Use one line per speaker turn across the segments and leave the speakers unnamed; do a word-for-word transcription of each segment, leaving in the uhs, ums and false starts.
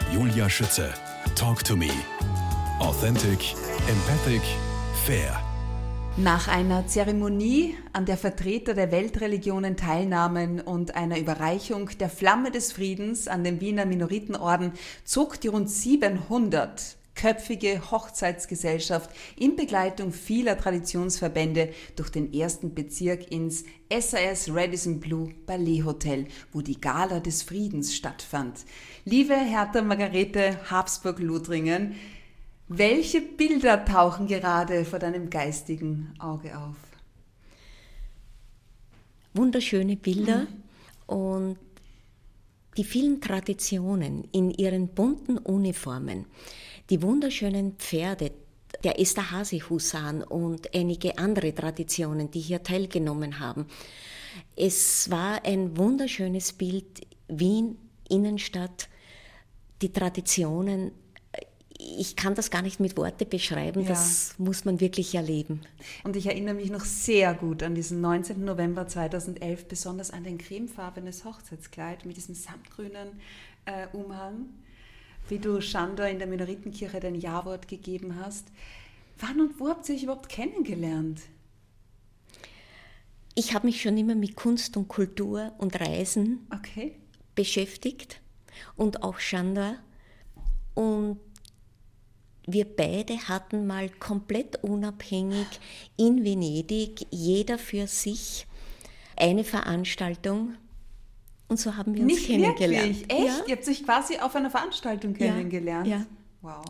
Julia Schütze. Talk to me. Authentic, empathic, fair.
Nach einer Zeremonie, an der Vertreter der Weltreligionen teilnahmen und einer Überreichung der Flamme des Friedens an den Wiener Minoritenorden, zog die rund siebenhundertköpfige Hochzeitsgesellschaft in Begleitung vieler Traditionsverbände durch den ersten Bezirk ins S A S Radisson Blu Ballet Hotel, wo die Gala des Friedens stattfand. Liebe Hertha Margarete Habsburg-Lothringen, welche Bilder tauchen gerade vor deinem geistigen Auge auf?
Wunderschöne Bilder mhm. und die vielen Traditionen in ihren bunten Uniformen, die wunderschönen Pferde, der Esterhazy-Husaren und einige andere Traditionen, die hier teilgenommen haben. Es war ein wunderschönes Bild, Wien, Innenstadt, die Traditionen. Ich kann das gar nicht mit Worte beschreiben, ja. Das muss man wirklich erleben.
Und ich erinnere mich noch sehr gut an diesen neunzehnten November zweitausendelf, besonders an dein cremefarbenes Hochzeitskleid mit diesem samtgrünen äh, Umhang, wie du Sándor in der Minoritenkirche dein Ja-Wort gegeben hast. Wann und wo habt ihr euch überhaupt kennengelernt?
Ich habe mich schon immer mit Kunst und Kultur und Reisen
okay.
beschäftigt und auch Sándor. Und wir beide hatten mal komplett unabhängig in Venedig, jeder für sich, eine Veranstaltung. Und so haben wir uns
Nicht
kennengelernt.
Wirklich? Echt? Ja? Ihr habt euch quasi auf einer Veranstaltung kennengelernt?
Ja. ja.
Wow.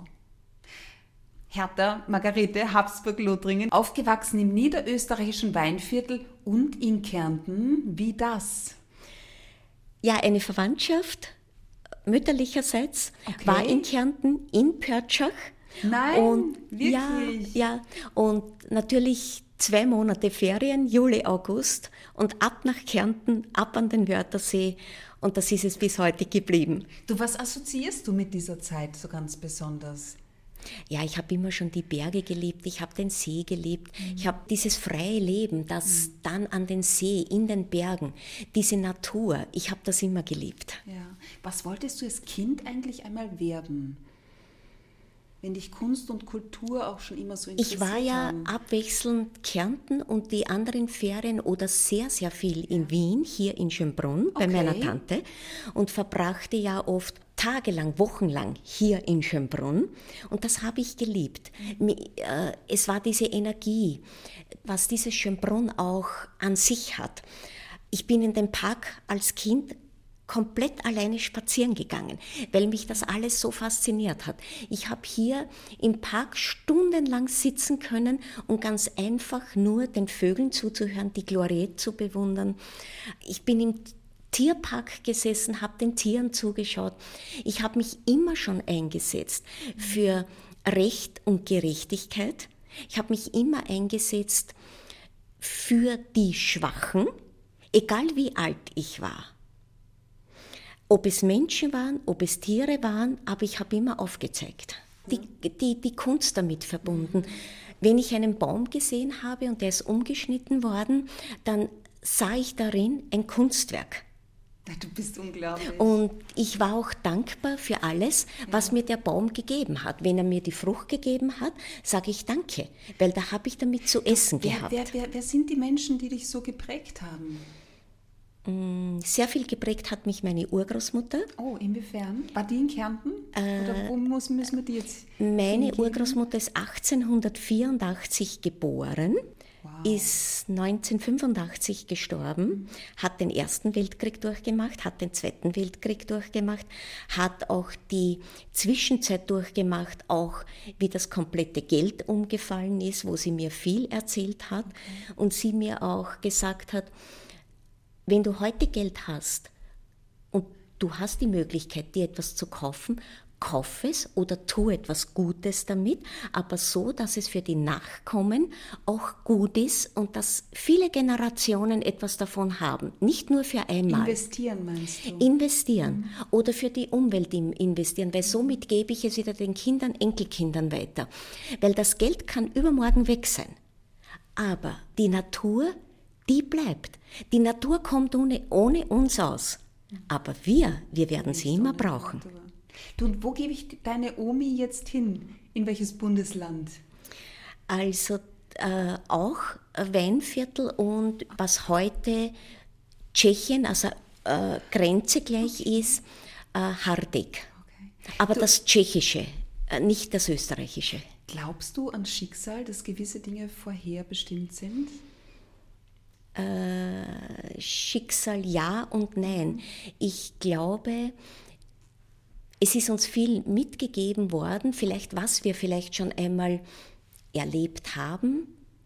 Hertha Margarete Habsburg-Lothringen, aufgewachsen im niederösterreichischen Weinviertel und in Kärnten. Wie das?
Ja, eine Verwandtschaft mütterlicherseits
okay.
war in Kärnten, in Pörtschach.
Nein,
und,
wirklich?
Ja, ja, und natürlich zwei Monate Ferien, Juli, August und ab nach Kärnten, ab an den Wörthersee und das ist es bis heute geblieben.
Du, was assoziierst du mit dieser Zeit so ganz besonders?
Ja, ich habe immer schon die Berge geliebt, ich habe den See geliebt, mhm. ich habe dieses freie Leben, das mhm. dann an den See, in den Bergen, diese Natur, ich habe das immer geliebt.
Ja. Was wolltest du als Kind eigentlich einmal werden? Wenn dich Kunst und Kultur auch schon immer so interessiert haben?
Ich war ja
haben.
abwechselnd Kärnten und die anderen Ferien oder sehr, sehr viel in Wien, hier in Schönbrunn bei
okay.
meiner Tante und verbrachte ja oft tagelang, wochenlang hier in Schönbrunn und das habe ich geliebt. Mhm. Es war diese Energie, was dieses Schönbrunn auch an sich hat. Ich bin in den Park als Kind komplett alleine spazieren gegangen, weil mich das alles so fasziniert hat. Ich habe hier im Park stundenlang sitzen können und ganz einfach nur den Vögeln zuzuhören, die Gloriette zu bewundern. Ich bin im Tierpark gesessen, habe den Tieren zugeschaut. Ich habe mich immer schon eingesetzt für Recht und Gerechtigkeit. Ich habe mich immer eingesetzt für die Schwachen, egal wie alt ich war. Ob es Menschen waren, ob es Tiere waren, aber ich habe immer aufgezeigt. Die, die, die Kunst damit verbunden. Wenn ich einen Baum gesehen habe und der ist umgeschnitten worden, dann sah ich darin ein Kunstwerk.
Du bist unglaublich.
Und ich war auch dankbar für alles, was ja. mir der Baum gegeben hat. Wenn er mir die Frucht gegeben hat, sage ich Danke, weil da habe ich damit zu essen
wer,
gehabt.
Wer, wer, wer sind die Menschen, die dich so geprägt haben?
Sehr viel geprägt hat mich meine Urgroßmutter.
Oh, inwiefern? War die in Kärnten? Äh, Oder wo muss, müssen wir die jetzt
Meine
hingehen?
Urgroßmutter ist achtzehnhundertvierundachtzig geboren, wow. ist neunzehnhundertfünfundachtzig gestorben, mhm. hat den Ersten Weltkrieg durchgemacht, hat den Zweiten Weltkrieg durchgemacht, hat auch die Zwischenzeit durchgemacht, auch wie das komplette Geld umgefallen ist, wo sie mir viel erzählt hat okay. und sie mir auch gesagt hat, wenn du heute Geld hast und du hast die Möglichkeit, dir etwas zu kaufen, kauf es oder tu etwas Gutes damit, aber so, dass es für die Nachkommen auch gut ist und dass viele Generationen etwas davon haben. Nicht nur für einmal.
Investieren meinst du?
Investieren mhm. oder für die Umwelt investieren, weil somit gebe ich es wieder den Kindern, Enkelkindern weiter. Weil das Geld kann übermorgen weg sein. Aber die Natur, die bleibt. Die Natur kommt ohne, ohne uns aus. Aber wir, wir werden sie immer brauchen.
Du, und wo gebe ich deine Omi jetzt hin? In welches Bundesland?
Also äh, auch Weinviertel und was heute Tschechien, also äh, Grenze gleich okay. ist, äh, Hardegg. Okay. Aber du, das Tschechische, äh, nicht das Österreichische.
Glaubst du an Schicksal, dass gewisse Dinge vorherbestimmt sind?
Äh, Schicksal ja und nein. Ich glaube, es ist uns viel mitgegeben worden, vielleicht was wir vielleicht schon einmal erlebt haben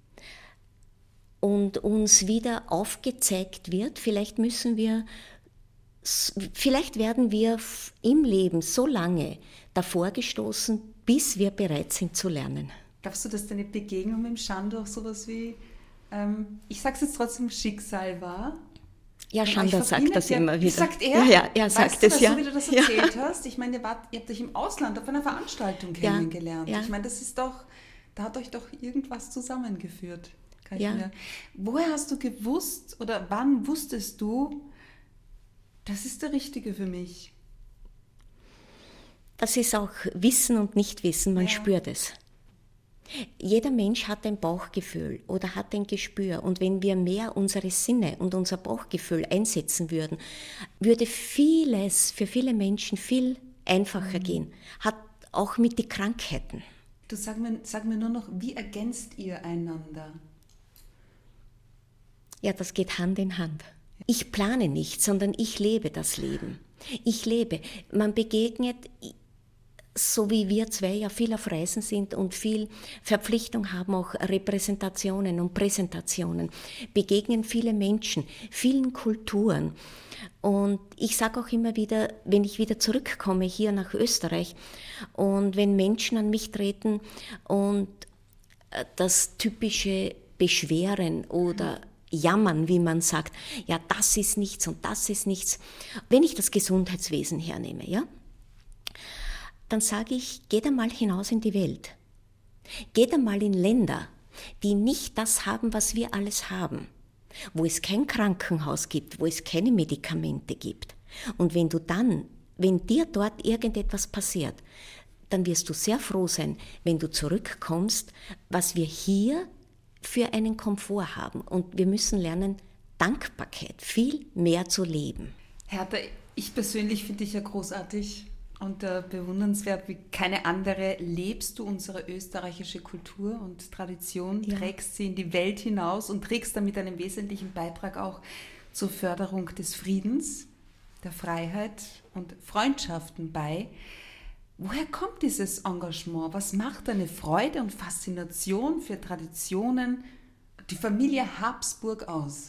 und uns wieder aufgezeigt wird. Vielleicht müssen wir, vielleicht werden wir im Leben so lange davor gestoßen, bis wir bereit sind zu lernen.
Glaubst du, dass deine Begegnung mit dem Schandor sowas wie, ähm, ich sage es jetzt trotzdem, Schicksal war?
Ja, Schandor sagt das ja, immer wieder.
Sagt er?
Ja, ja, er sagt
weißt du,
es, ja.
So wie du das erzählt ja. hast, ich meine, ihr, wart, ihr habt euch im Ausland auf einer Veranstaltung kennengelernt. Ja, ja. Ich meine, das ist doch, da hat euch doch irgendwas zusammengeführt. Kann ja. ich mir. Woher hast du gewusst oder wann wusstest du, das ist der Richtige für mich?
Das ist auch Wissen und Nichtwissen, man
ja.
spürt es. Jeder Mensch hat ein Bauchgefühl oder hat ein Gespür. Und wenn wir mehr unsere Sinne und unser Bauchgefühl einsetzen würden, würde vieles für viele Menschen viel einfacher mhm. gehen. Hat auch mit den Krankheiten.
Du sag mir, sag mir nur noch, wie ergänzt ihr einander?
Ja, das geht Hand in Hand. Ich plane nicht, sondern ich lebe das Leben. Ich lebe. Man begegnet, so wie wir zwei ja viel auf Reisen sind und viel Verpflichtung haben, auch Repräsentationen und Präsentationen, begegnen viele Menschen, vielen Kulturen. Und ich sage auch immer wieder, wenn ich wieder zurückkomme hier nach Österreich und wenn Menschen an mich treten und das typische Beschweren oder Jammern, wie man sagt, ja, das ist nichts und das ist nichts. Wenn ich das Gesundheitswesen hernehme, ja, dann sage ich, geht einmal hinaus in die Welt. Geht einmal in Länder, die nicht das haben, was wir alles haben. Wo es kein Krankenhaus gibt, wo es keine Medikamente gibt. Und wenn du dann, wenn dir dort irgendetwas passiert, dann wirst du sehr froh sein, wenn du zurückkommst, was wir hier für einen Komfort haben. Und wir müssen lernen, Dankbarkeit viel mehr zu leben.
Hertha, ich persönlich finde dich ja großartig und äh, bewundernswert, wie keine andere lebst du unsere österreichische Kultur und Tradition, ja. trägst sie in die Welt hinaus und trägst damit einen wesentlichen Beitrag auch zur Förderung des Friedens, der Freiheit und Freundschaften bei. Woher kommt dieses Engagement? Was macht eine Freude und Faszination für Traditionen, die Familie Habsburg aus?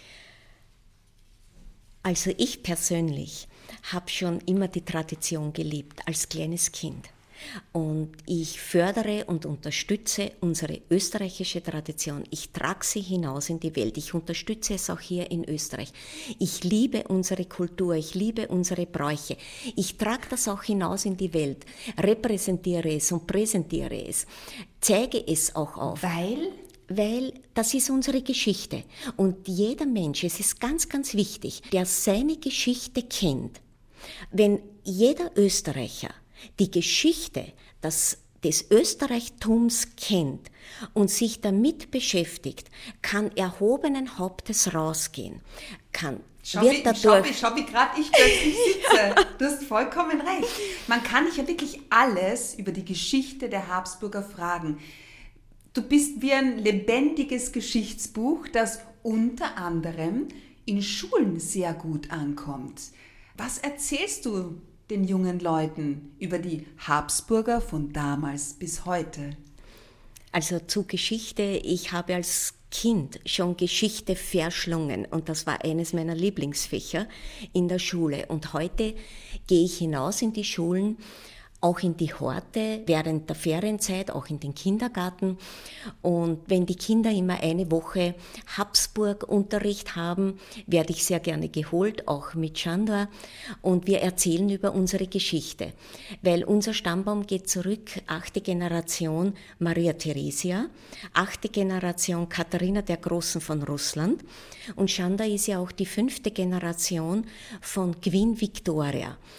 Also ich persönlich habe schon immer die Tradition geliebt, als kleines Kind. Und ich fördere und unterstütze unsere österreichische Tradition. Ich trage sie hinaus in die Welt. Ich unterstütze es auch hier in Österreich. Ich liebe unsere Kultur, ich liebe unsere Bräuche. Ich trage das auch hinaus in die Welt, repräsentiere es und präsentiere es, zeige es auch auf.
Weil?
Weil das ist unsere Geschichte. Und jeder Mensch, es ist ganz, ganz wichtig, der seine Geschichte kennt. Wenn jeder Österreicher die Geschichte des, des Österreichtums kennt und sich damit beschäftigt, kann erhobenen Hauptes rausgehen. Kann,
schau, wird wie, dadurch schau, wie, schau, wie gerade ich plötzlich sitze. Du hast vollkommen recht. Man kann dich ja wirklich alles über die Geschichte der Habsburger fragen. Du bist wie ein lebendiges Geschichtsbuch, das unter anderem in Schulen sehr gut ankommt. Was erzählst du den jungen Leuten über die Habsburger von damals bis heute?
Also zu Geschichte, ich habe als Kind schon Geschichte verschlungen und das war eines meiner Lieblingsfächer in der Schule. Und heute gehe ich hinaus in die Schulen, auch in die Horte, während der Ferienzeit, auch in den Kindergarten. Und wenn die Kinder immer eine Woche Habsburg-Unterricht haben, werde ich sehr gerne geholt, auch mit Schandor. Und wir erzählen über unsere Geschichte. Weil unser Stammbaum geht zurück, achte Generation Maria Theresia, achte Generation Katharina der Großen von Russland. Und Schandor ist ja auch die fünfte Generation von Queen Victoria.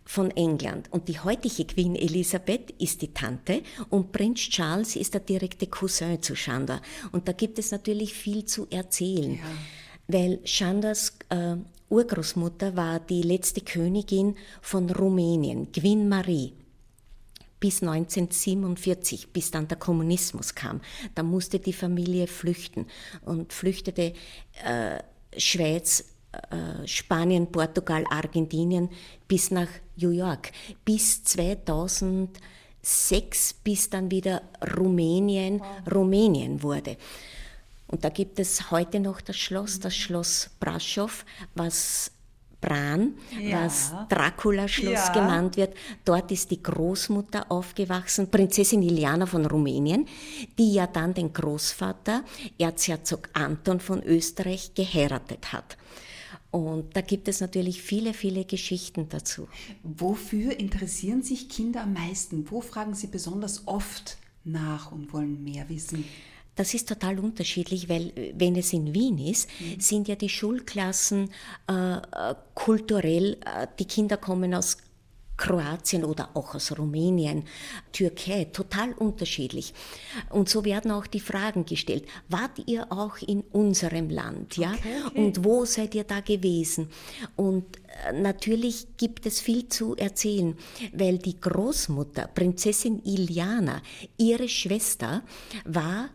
von England. Und die heutige Queen Elisabeth ist die Tante und Prinz Charles ist der direkte Cousin zu Chanda. Und da gibt es natürlich viel zu erzählen, ja. Weil Chandas äh, Urgroßmutter war die letzte Königin von Rumänien, Queen Marie. Bis neunzehnhundertsiebenundvierzig, bis dann der Kommunismus kam. Da musste die Familie flüchten und flüchtete äh, Schweiz, äh, Spanien, Portugal, Argentinien bis nach New York. Bis zweitausendsechs, bis dann wieder Rumänien, wow. Rumänien wurde. Und da gibt es heute noch das Schloss, das Schloss Brașov, was Bran, ja. was Dracula-Schloss ja. genannt wird. Dort ist die Großmutter aufgewachsen, Prinzessin Iliana von Rumänien, die ja dann den Großvater, Erzherzog Anton von Österreich, geheiratet hat. Und da gibt es natürlich viele, viele Geschichten dazu.
Wofür interessieren sich Kinder am meisten? Wo fragen sie besonders oft nach und wollen mehr wissen?
Das ist total unterschiedlich, weil wenn es in Wien ist, mhm. sind ja die Schulklassen äh, kulturell, äh, die Kinder kommen aus Kroatien oder auch aus Rumänien, Türkei, total unterschiedlich. Und so werden auch die Fragen gestellt. Wart ihr auch in unserem Land? Ja? Okay, okay. Und wo seid ihr da gewesen? Und äh, natürlich gibt es viel zu erzählen, weil die Großmutter, Prinzessin Iliana, ihre Schwester, war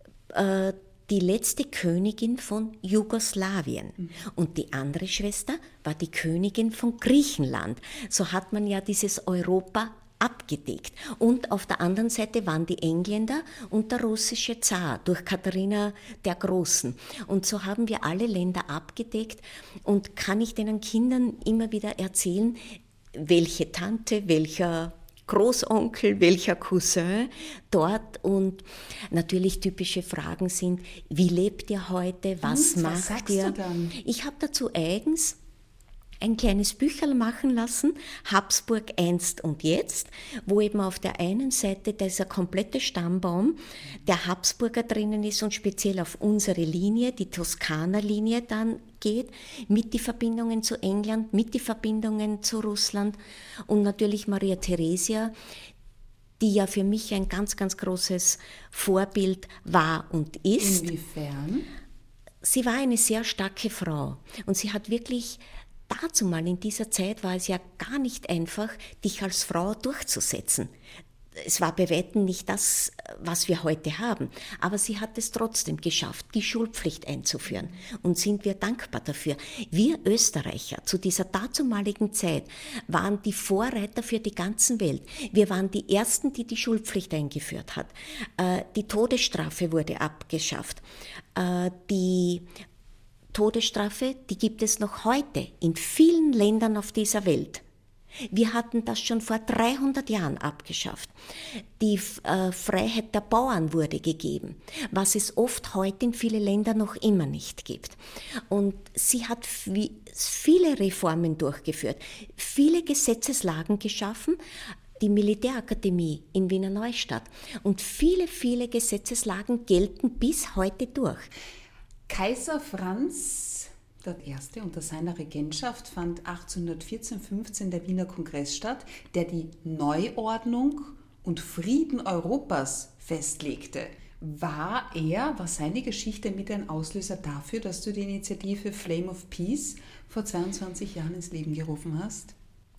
die letzte Königin von Jugoslawien. Mhm. Und die andere Schwester war die Königin von Griechenland. So hat man ja dieses Europa abgedeckt. Und auf der anderen Seite waren die Engländer und der russische Zar durch Katharina der Großen. Und so haben wir alle Länder abgedeckt und kann ich den Kindern immer wieder erzählen, welche Tante, welcher Großonkel, welcher Cousin dort, und natürlich typische Fragen sind, wie lebt ihr heute, was
und,
macht
was sagst
ihr?
Du dann?
Ich habe dazu eigens ein kleines Bücherl machen lassen, Habsburg einst und jetzt, wo eben auf der einen Seite dieser komplette Stammbaum der Habsburger drinnen ist und speziell auf unsere Linie, die Toskana-Linie dann geht, mit die Verbindungen zu England, mit die Verbindungen zu Russland und natürlich Maria Theresia, die ja für mich ein ganz, ganz großes Vorbild war und ist.
Inwiefern?
Sie war eine sehr starke Frau und sie hat wirklich dazu mal in dieser Zeit war es ja gar nicht einfach, dich als Frau durchzusetzen. Es war bei weitem nicht das, was wir heute haben, aber sie hat es trotzdem geschafft, die Schulpflicht einzuführen und sind wir dankbar dafür. Wir Österreicher zu dieser dazumaligen Zeit waren die Vorreiter für die ganze Welt. Wir waren die Ersten, die die Schulpflicht eingeführt hat. Die Todesstrafe wurde abgeschafft. Die Todesstrafe, die gibt es noch heute in vielen Ländern auf dieser Welt. Wir hatten das schon vor dreihundert Jahren abgeschafft. Die äh, Freiheit der Bauern wurde gegeben, was es oft heute in vielen Ländern noch immer nicht gibt. Und sie hat viele Reformen durchgeführt, viele Gesetzeslagen geschaffen, die Militärakademie in Wiener Neustadt. Und viele, viele Gesetzeslagen gelten bis heute durch.
Kaiser Franz der Erste unter seiner Regentschaft fand achtzehnhundertvierzehn fünfzehn der Wiener Kongress statt, der die Neuordnung und Frieden Europas festlegte. War er, war seine Geschichte mit ein Auslöser dafür, dass du die Initiative Flame of Peace vor zweiundzwanzig Jahren ins Leben gerufen hast?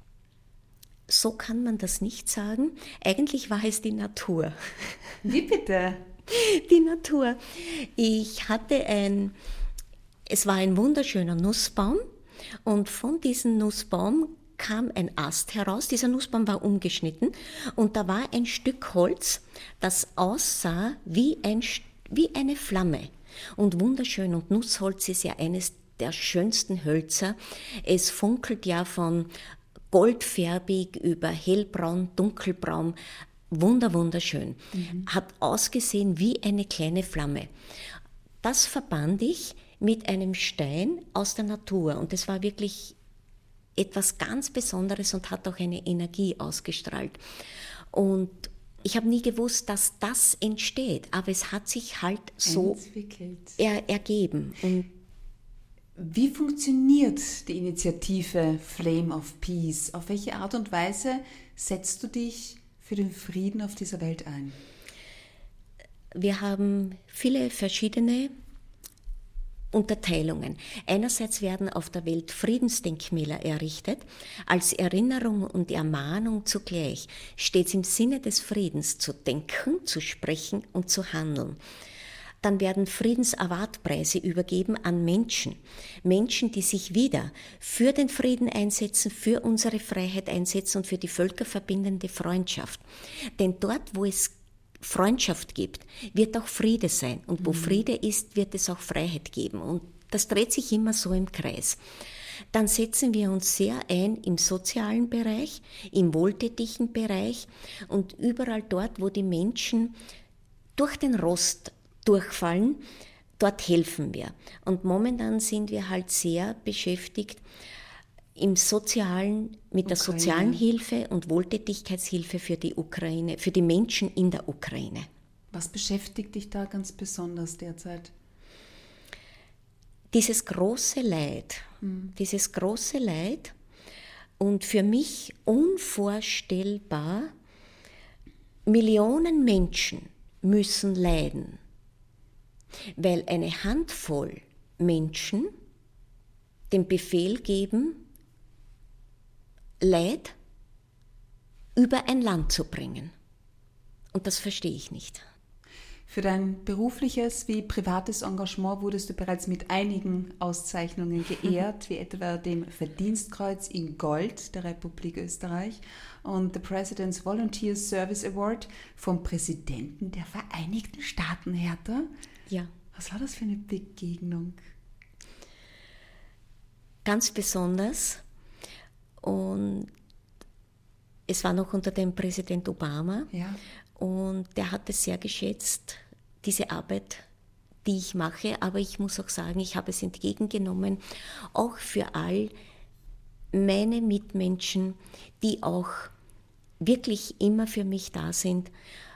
So kann man das nicht sagen. Eigentlich war es die Natur.
Wie bitte?
Die Natur. Ich hatte ein, es war ein wunderschöner Nussbaum und von diesem Nussbaum kam ein Ast heraus. Dieser Nussbaum war umgeschnitten und da war ein Stück Holz, das aussah wie, ein, wie eine Flamme. Und wunderschön, und Nussholz ist ja eines der schönsten Hölzer. Es funkelt ja von goldfärbig über hellbraun, dunkelbraun, wunder, wunderschön. Mhm. Hat ausgesehen wie eine kleine Flamme. Das verband ich mit einem Stein aus der Natur und es war wirklich etwas ganz Besonderes und hat auch eine Energie ausgestrahlt. Und ich habe nie gewusst, dass das entsteht, aber es hat sich halt so er, ergeben. Und
Wie funktioniert die Initiative Flame of Peace? Auf welche Art und Weise setzt du dich für den Frieden auf dieser Welt ein?
Wir haben viele verschiedene Unterteilungen. Einerseits werden auf der Welt Friedensdenkmäler errichtet. Als Erinnerung und Ermahnung zugleich steht es im Sinne des Friedens zu denken, zu sprechen und zu handeln. Dann werden Friedens-Award-Preise übergeben an Menschen. Menschen, die sich wieder für den Frieden einsetzen, für unsere Freiheit einsetzen und für die völkerverbindende Freundschaft. Denn dort, wo es Freundschaft gibt, wird auch Friede sein. Und wo mhm. Friede ist, wird es auch Freiheit geben. Und das dreht sich immer so im Kreis. Dann setzen wir uns sehr ein im sozialen Bereich, im wohltätigen Bereich und überall dort, wo die Menschen durch den Rost durchfallen, dort helfen wir. Und momentan sind wir halt sehr beschäftigt im sozialen, mit der Ukraine. Sozialen Hilfe und Wohltätigkeitshilfe für die Ukraine, für die Menschen in der Ukraine.
Was beschäftigt dich da ganz besonders derzeit?
Dieses große Leid, hm. dieses große Leid und für mich unvorstellbar, Millionen Menschen müssen leiden, weil eine Handvoll Menschen den Befehl geben, Leid über ein Land zu bringen. Und das verstehe ich nicht.
Für dein berufliches wie privates Engagement wurdest du bereits mit einigen Auszeichnungen geehrt, wie etwa dem Verdienstkreuz in Gold der Republik Österreich und the President's Volunteer Service Award vom Präsidenten der Vereinigten Staaten, Hertha.
Ja.
Was war das für eine Begegnung?
Ganz besonders. Und es war noch unter dem Präsident Obama.
Ja.
Und der hat es sehr geschätzt, diese Arbeit, die ich mache. Aber ich muss auch sagen, ich habe es entgegengenommen, auch für all meine Mitmenschen, die auch wirklich immer für mich da sind.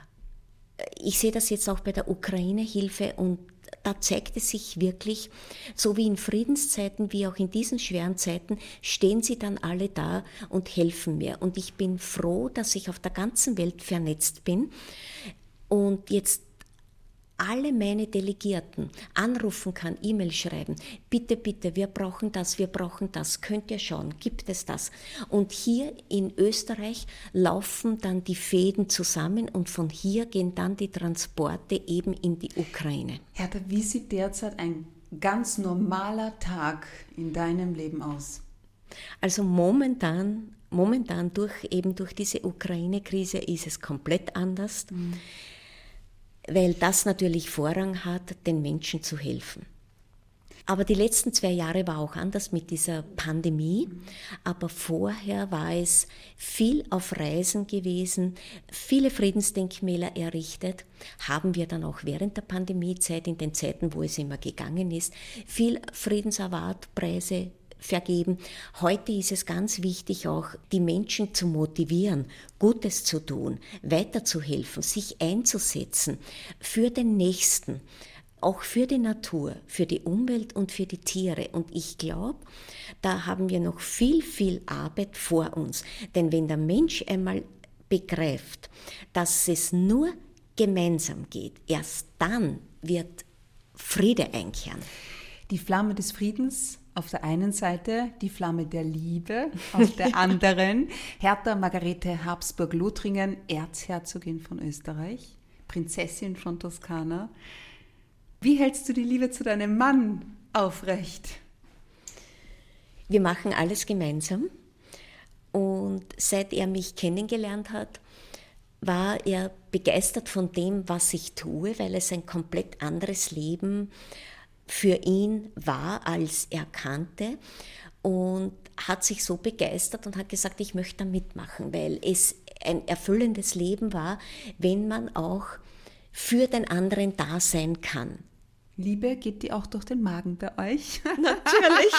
Ich sehe das jetzt auch bei der Ukraine-Hilfe und da zeigt es sich wirklich, so wie in Friedenszeiten, wie auch in diesen schweren Zeiten, stehen sie dann alle da und helfen mir. Und ich bin froh, dass ich auf der ganzen Welt vernetzt bin und jetzt alle meine Delegierten anrufen kann, E-Mail schreiben, bitte, bitte, wir brauchen das, wir brauchen das, könnt ihr schauen, gibt es das? Und hier in Österreich laufen dann die Fäden zusammen und von hier gehen dann die Transporte eben in die Ukraine.
Hertha, wie sieht derzeit ein ganz normaler Tag in deinem Leben aus?
Also momentan, momentan durch, eben durch diese Ukraine-Krise ist es komplett anders. Mhm. Weil das natürlich Vorrang hat, den Menschen zu helfen. Aber die letzten zwei Jahre war auch anders mit dieser Pandemie. Aber vorher war es viel auf Reisen gewesen, viele Friedensdenkmäler errichtet. Haben wir dann auch während der Pandemiezeit, in den Zeiten, wo es immer gegangen ist, viel Friedensaward-Preise vergeben. Heute ist es ganz wichtig, auch die Menschen zu motivieren, Gutes zu tun, weiterzuhelfen, sich einzusetzen für den Nächsten, auch für die Natur, für die Umwelt und für die Tiere. Und ich glaube, da haben wir noch viel, viel Arbeit vor uns. Denn wenn der Mensch einmal begreift, dass es nur gemeinsam geht, erst dann wird Friede einkehren.
Die Flamme des Friedens auf der einen Seite, die Flamme der Liebe auf der anderen. Hertha Margarete Habsburg-Lothringen, Erzherzogin von Österreich, Prinzessin von Toskana. Wie hältst du die Liebe zu deinem Mann aufrecht?
Wir machen alles gemeinsam und seit er mich kennengelernt hat, war er begeistert von dem, was ich tue, weil es ein komplett anderes Leben für ihn war, als er kannte, und hat sich so begeistert und hat gesagt, ich möchte da mitmachen, weil es ein erfüllendes Leben war, wenn man auch für den anderen da sein kann.
Liebe, geht die auch durch den Magen bei euch?
Natürlich.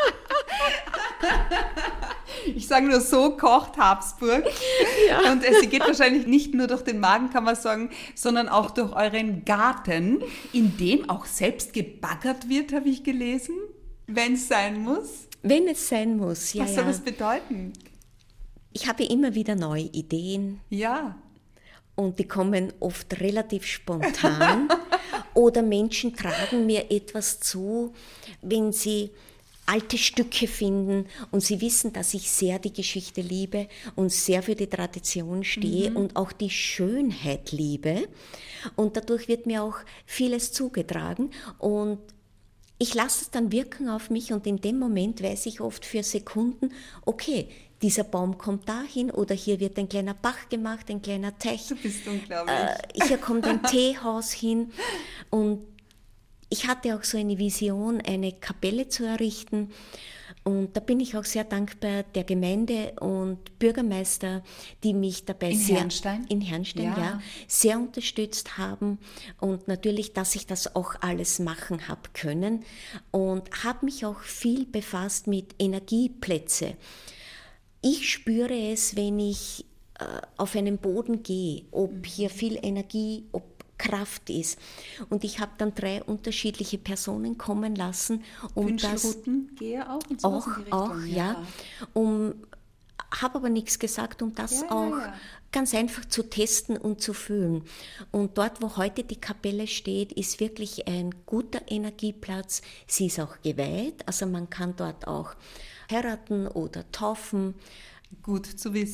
Ich sage nur, so kocht Habsburg. Ja. Und sie geht wahrscheinlich nicht nur durch den Magen, kann man sagen, sondern auch durch euren Garten, in dem auch selbst gebaggert wird, habe ich gelesen. Wenn es sein muss?
Wenn es sein muss, ja.
Was soll
ja.
das bedeuten?
Ich habe immer wieder neue Ideen.
Ja.
Und die kommen oft relativ spontan. Oder Menschen tragen mir etwas zu, wenn sie alte Stücke finden und sie wissen, dass ich sehr die Geschichte liebe und sehr für die Tradition stehe mhm. und auch die Schönheit liebe. Und dadurch wird mir auch vieles zugetragen und ich lasse es dann wirken auf mich und in dem Moment weiß ich oft für Sekunden, okay, dieser Baum kommt dahin oder hier wird ein kleiner Bach gemacht, ein kleiner Teich.
Du bist unglaublich.
Äh, hier kommt ein Teehaus hin und ich hatte auch so eine Vision, eine Kapelle zu errichten und da bin ich auch sehr dankbar der Gemeinde und Bürgermeister, die mich dabei
in
sehr
Herrnstein?
in Herrnstein
ja.
ja sehr unterstützt haben und natürlich, dass ich das auch alles machen habe können und habe mich auch viel befasst mit Energieplätze. Ich spüre es, wenn ich äh, auf einen Boden gehe, ob hier viel Energie, ob Kraft ist. Und ich habe dann drei unterschiedliche Personen kommen lassen, um das
gehe auch und sowas
auch,
in die Richtung,
auch ja,
ja.
um habe aber nichts gesagt, um das
ja,
auch
ja, ja.
ganz einfach zu testen und zu fühlen. Und dort, wo heute die Kapelle steht, ist wirklich ein guter Energieplatz. Sie ist auch geweiht, also man kann dort auch heiraten oder taufen.
Gut zu wissen.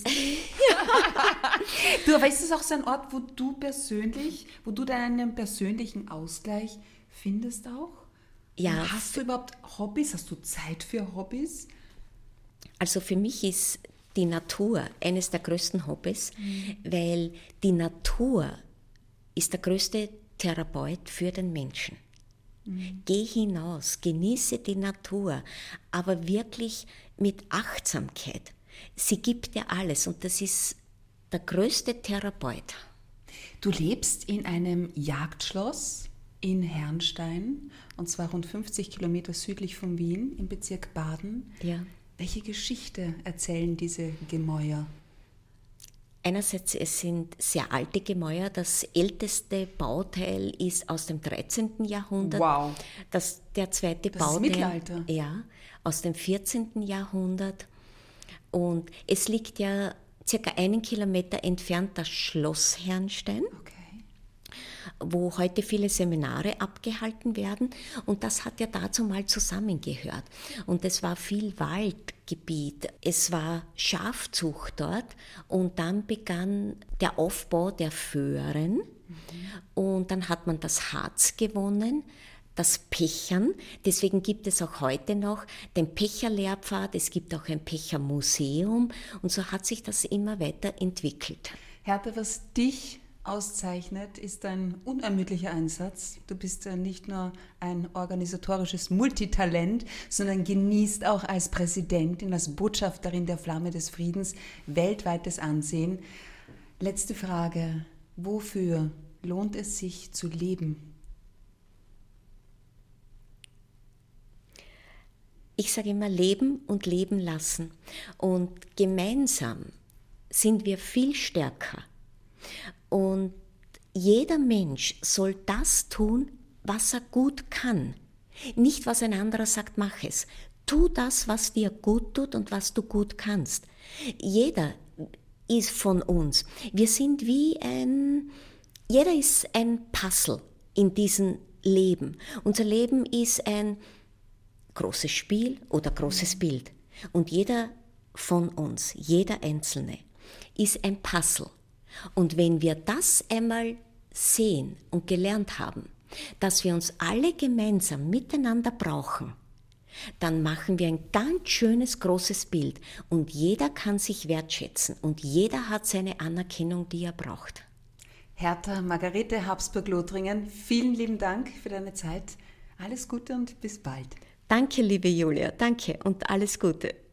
Du, aber ist es auch so ein Ort, wo du persönlich, wo du deinen persönlichen Ausgleich findest auch?
Ja.
Und hast du überhaupt Hobbys? Hast du Zeit für Hobbys?
Also für mich ist die Natur eines der größten Hobbys, mhm. weil die Natur ist der größte Therapeut für den Menschen. Mhm. Geh hinaus, genieße die Natur, aber wirklich mit Achtsamkeit. Sie gibt dir alles und das ist der größte Therapeut.
Du lebst in einem Jagdschloss in Herrnstein und zwar rund fünfzig Kilometer südlich von Wien im Bezirk Baden.
Ja.
Welche Geschichte erzählen diese Gemäuer?
Einerseits, es sind sehr alte Gemäuer. Das älteste Bauteil ist aus dem dreizehnten Jahrhundert.
Wow.
Das, der zweite
das
Bauteil,
ist Mittelalter.
Ja, aus dem vierzehnten Jahrhundert. Und es liegt ja circa einen Kilometer entfernt das Schloss Herrnstein, okay. wo heute viele Seminare abgehalten werden. Und das hat ja dazu mal zusammengehört. Und es war viel Waldgebiet, es war Schafzucht dort. Und dann begann der Aufbau der Föhren. Mhm. Und dann hat man das Harz gewonnen. Das Pechern, deswegen gibt es auch heute noch den Pecherlehrpfad, es gibt auch ein Pechermuseum und so hat sich das immer weiter entwickelt.
Hertha, was dich auszeichnet, ist dein unermüdlicher Einsatz. Du bist ja nicht nur ein organisatorisches Multitalent, sondern genießt auch als Präsidentin, als Botschafterin der Flamme des Friedens weltweites Ansehen. Letzte Frage, wofür lohnt es sich zu leben?
Ich sage immer, leben und leben lassen. Und gemeinsam sind wir viel stärker. Und jeder Mensch soll das tun, was er gut kann. Nicht, was ein anderer sagt, mach es. Tu das, was dir gut tut und was du gut kannst. Jeder ist von uns. Wir sind wie ein, jeder ist ein Puzzle in diesem Leben. Unser Leben ist ein großes Spiel oder großes Bild. Und jeder von uns, jeder Einzelne, ist ein Puzzle. Und wenn wir das einmal sehen und gelernt haben, dass wir uns alle gemeinsam miteinander brauchen, dann machen wir ein ganz schönes großes Bild und jeder kann sich wertschätzen und jeder hat seine Anerkennung, die er braucht.
Hertha Margarete Habsburg-Lothringen, vielen lieben Dank für deine Zeit. Alles Gute und bis bald.
Danke, liebe Julia, danke und alles Gute.